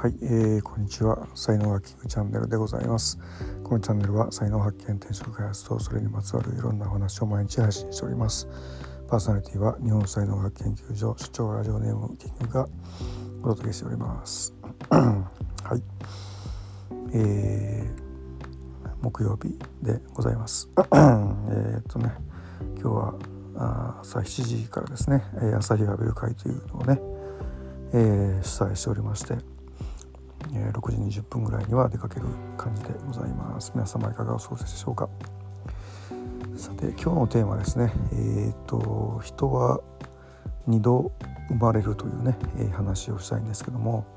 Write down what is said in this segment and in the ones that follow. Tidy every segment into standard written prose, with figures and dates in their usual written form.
はい、こんにちは。才能ハッキングチャンネルでございます。このチャンネルは才能発見、転職開発とそれにまつわるいろんなお話を毎日配信しております。パーソナリティは日本才能学研究所所長ラジオネームキングがお届けしております。はい、木曜日でございます。今日は朝7時からですね、朝日を浴びる会というのをね、主催しておりまして、6時20分ぐらいには出かける感じでございます。皆様いかがお過ごしでしょうか。さて今日のテーマですね、人は2度生まれるというね、話をしたいんですけども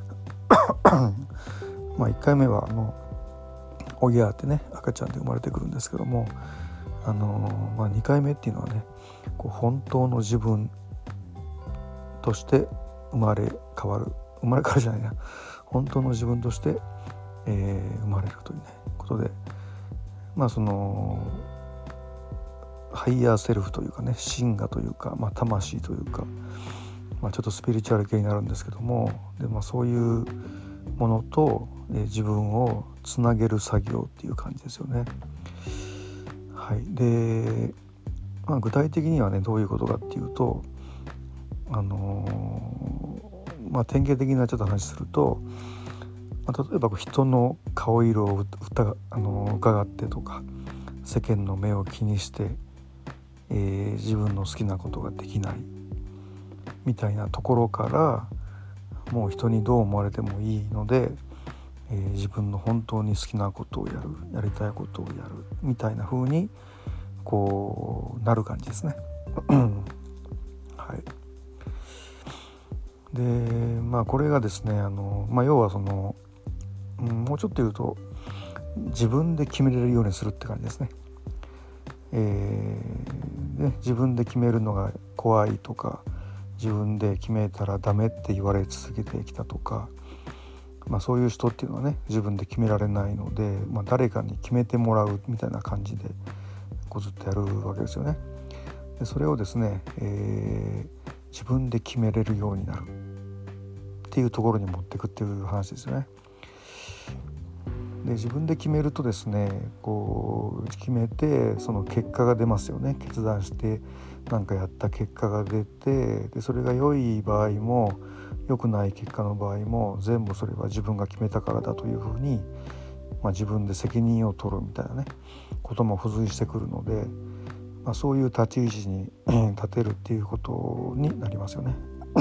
1回目はおぎゃーってね赤ちゃんで生まれてくるんですけども、2回目っていうのはね本当の自分として生まれ変わるじゃないな本当の自分として、生まれるという、ね、ことでそのハイヤーセルフというかね真我というか、魂というか、ちょっとスピリチュアル系になるんですけどもで、そういうものと、自分をつなげる作業っていう感じですよね。はい、で、具体的にはねどういうことかっていうと典型的なちょっと話すると、例えば人の顔色を伺ってとか世間の目を気にして、自分の好きなことができないみたいなところからもう人にどう思われてもいいので、自分の本当に好きなことをやりたいことをやるみたいな風になる感じですね。はい。でこれがですね要はもうちょっと言うと自分で決めれるようにするって感じですね。自分で決めるのが怖いとか自分で決めたらダメって言われ続けてきたとか、そういう人っていうのはね自分で決められないので、誰かに決めてもらうみたいな感じでずっとやるわけですよね。でそれをですね、自分で決めれるようになるっていうところに持っていくっていう話ですよね。で自分で決めるとですね決めてその結果が出ますよね。決断して何かやった結果が出てでそれが良い場合も良くない結果の場合も全部それは自分が決めたからだというふうに、自分で責任を取るみたいなねことも付随してくるので、そういう立ち位置に立てるっていうことになりますよね。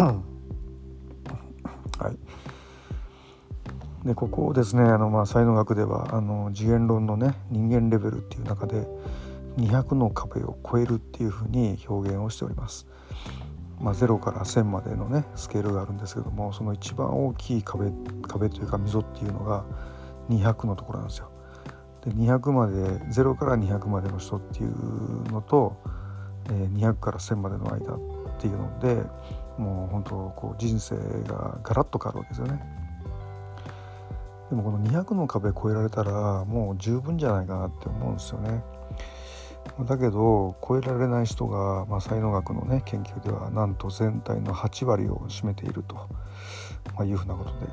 はい。でここをですね才能学では次元論のね人間レベルっていう中で200の壁を超えるっていうふうに表現をしております。0から1000までのねスケールがあるんですけどもその一番大きい壁というか溝っていうのが200のところなんですよ。で200まで0から200までの人っていうのと、200から1000までの間っていうのでもう本当人生がガラッと変わるわけですよね。でもこの200の壁越えられたらもう十分じゃないかなって思うんですよね。だけど超えられない人が、才能学のね研究ではなんと全体の8割を占めていると、いうふうなことで、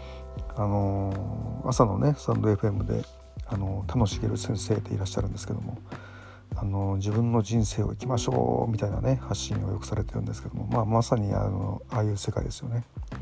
朝のねスタンド FM で田野茂先生でいらっしゃるんですけども自分の人生を生きましょうみたいなね発信をよくされてるんですけども、まさにああいう世界ですよね。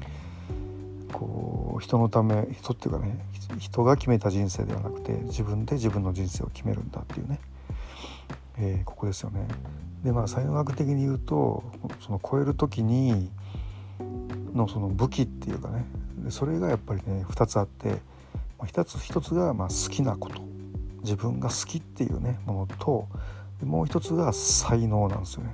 人のため人っていうかね人が決めた人生ではなくて自分で自分の人生を決めるんだっていうね、ここですよね。で才能学的に言うとその超える時にのその武器っていうかねそれがやっぱりね2つあって一つが好きなこと自分が好きっていうねものともう一つが才能なんですよね。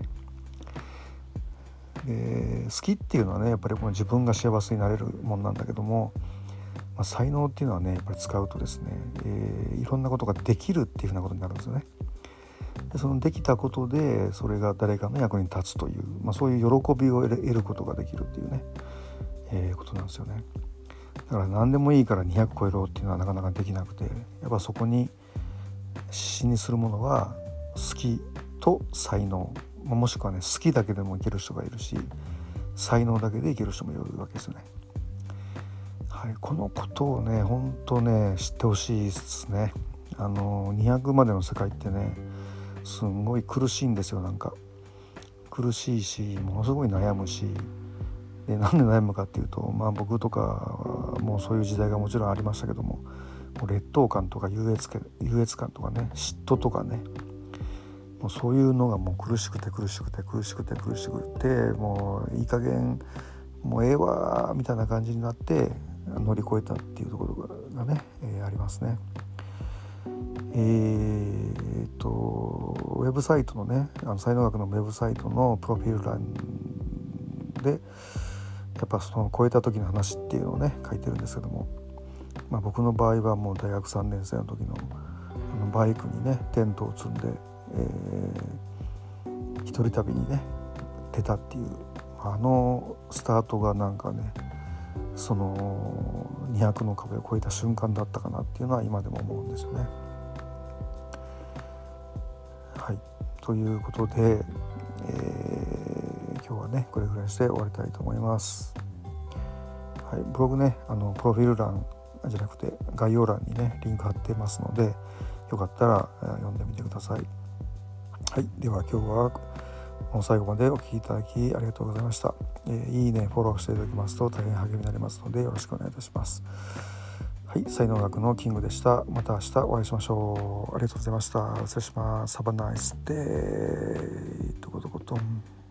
で好きっていうのはねやっぱり自分が幸せになれるものなんだけども、才能っていうのはねやっぱり使うとですね、いろんなことができるっていうふうなことになるんですよね。でそのできたことでそれが誰かの役に立つという、そういう喜びを得ることができるっていうね、ことなんですよね。だから何でもいいから200超えろっていうのはなかなかできなくてやっぱそこに指針にするものは好きと才能、もしくはね好きだけでもいける人がいるし才能だけでいける人もいるわけですよね。 はい、このことをね本当ね知ってほしいですね。200までの世界ってねすんごい苦しいんですよ。なんか苦しいしものすごい悩むし、でなんで悩むかっていうと、僕とかはもうそういう時代がもちろんありましたけども、もう劣等感とか優越感とかね、嫉妬とかね、もうそういうのがもう苦しくてもういい加減もうええわみたいな感じになって乗り越えたっていうところがね、ありますね。ウェブサイトのね、才能学のウェブサイトのプロフィール欄でやっぱその超えた時の話っていうのをね書いてるんですけども、僕の場合はもう大学3年生の時のバイクにねテントを積んで、一人旅にね出たっていうスタートがなんかねその200の壁を越えた瞬間だったかなっていうのは今でも思うんですよね。はい、ということで、今日はねこれぐらいして終わりたいと思います。はい、ブログねプロフィール欄じゃなくて概要欄にねリンク貼ってますので、よかったら読んでみてください。はい、では今日は最後までお聞きいただきありがとうございました。いいねフォローしていただきますと大変励みになりますのでよろしくお願いいたします。はい、才能学のキングでした。また明日お会いしましょう。ありがとうございました。失礼します。Have a nice day。どこどことん。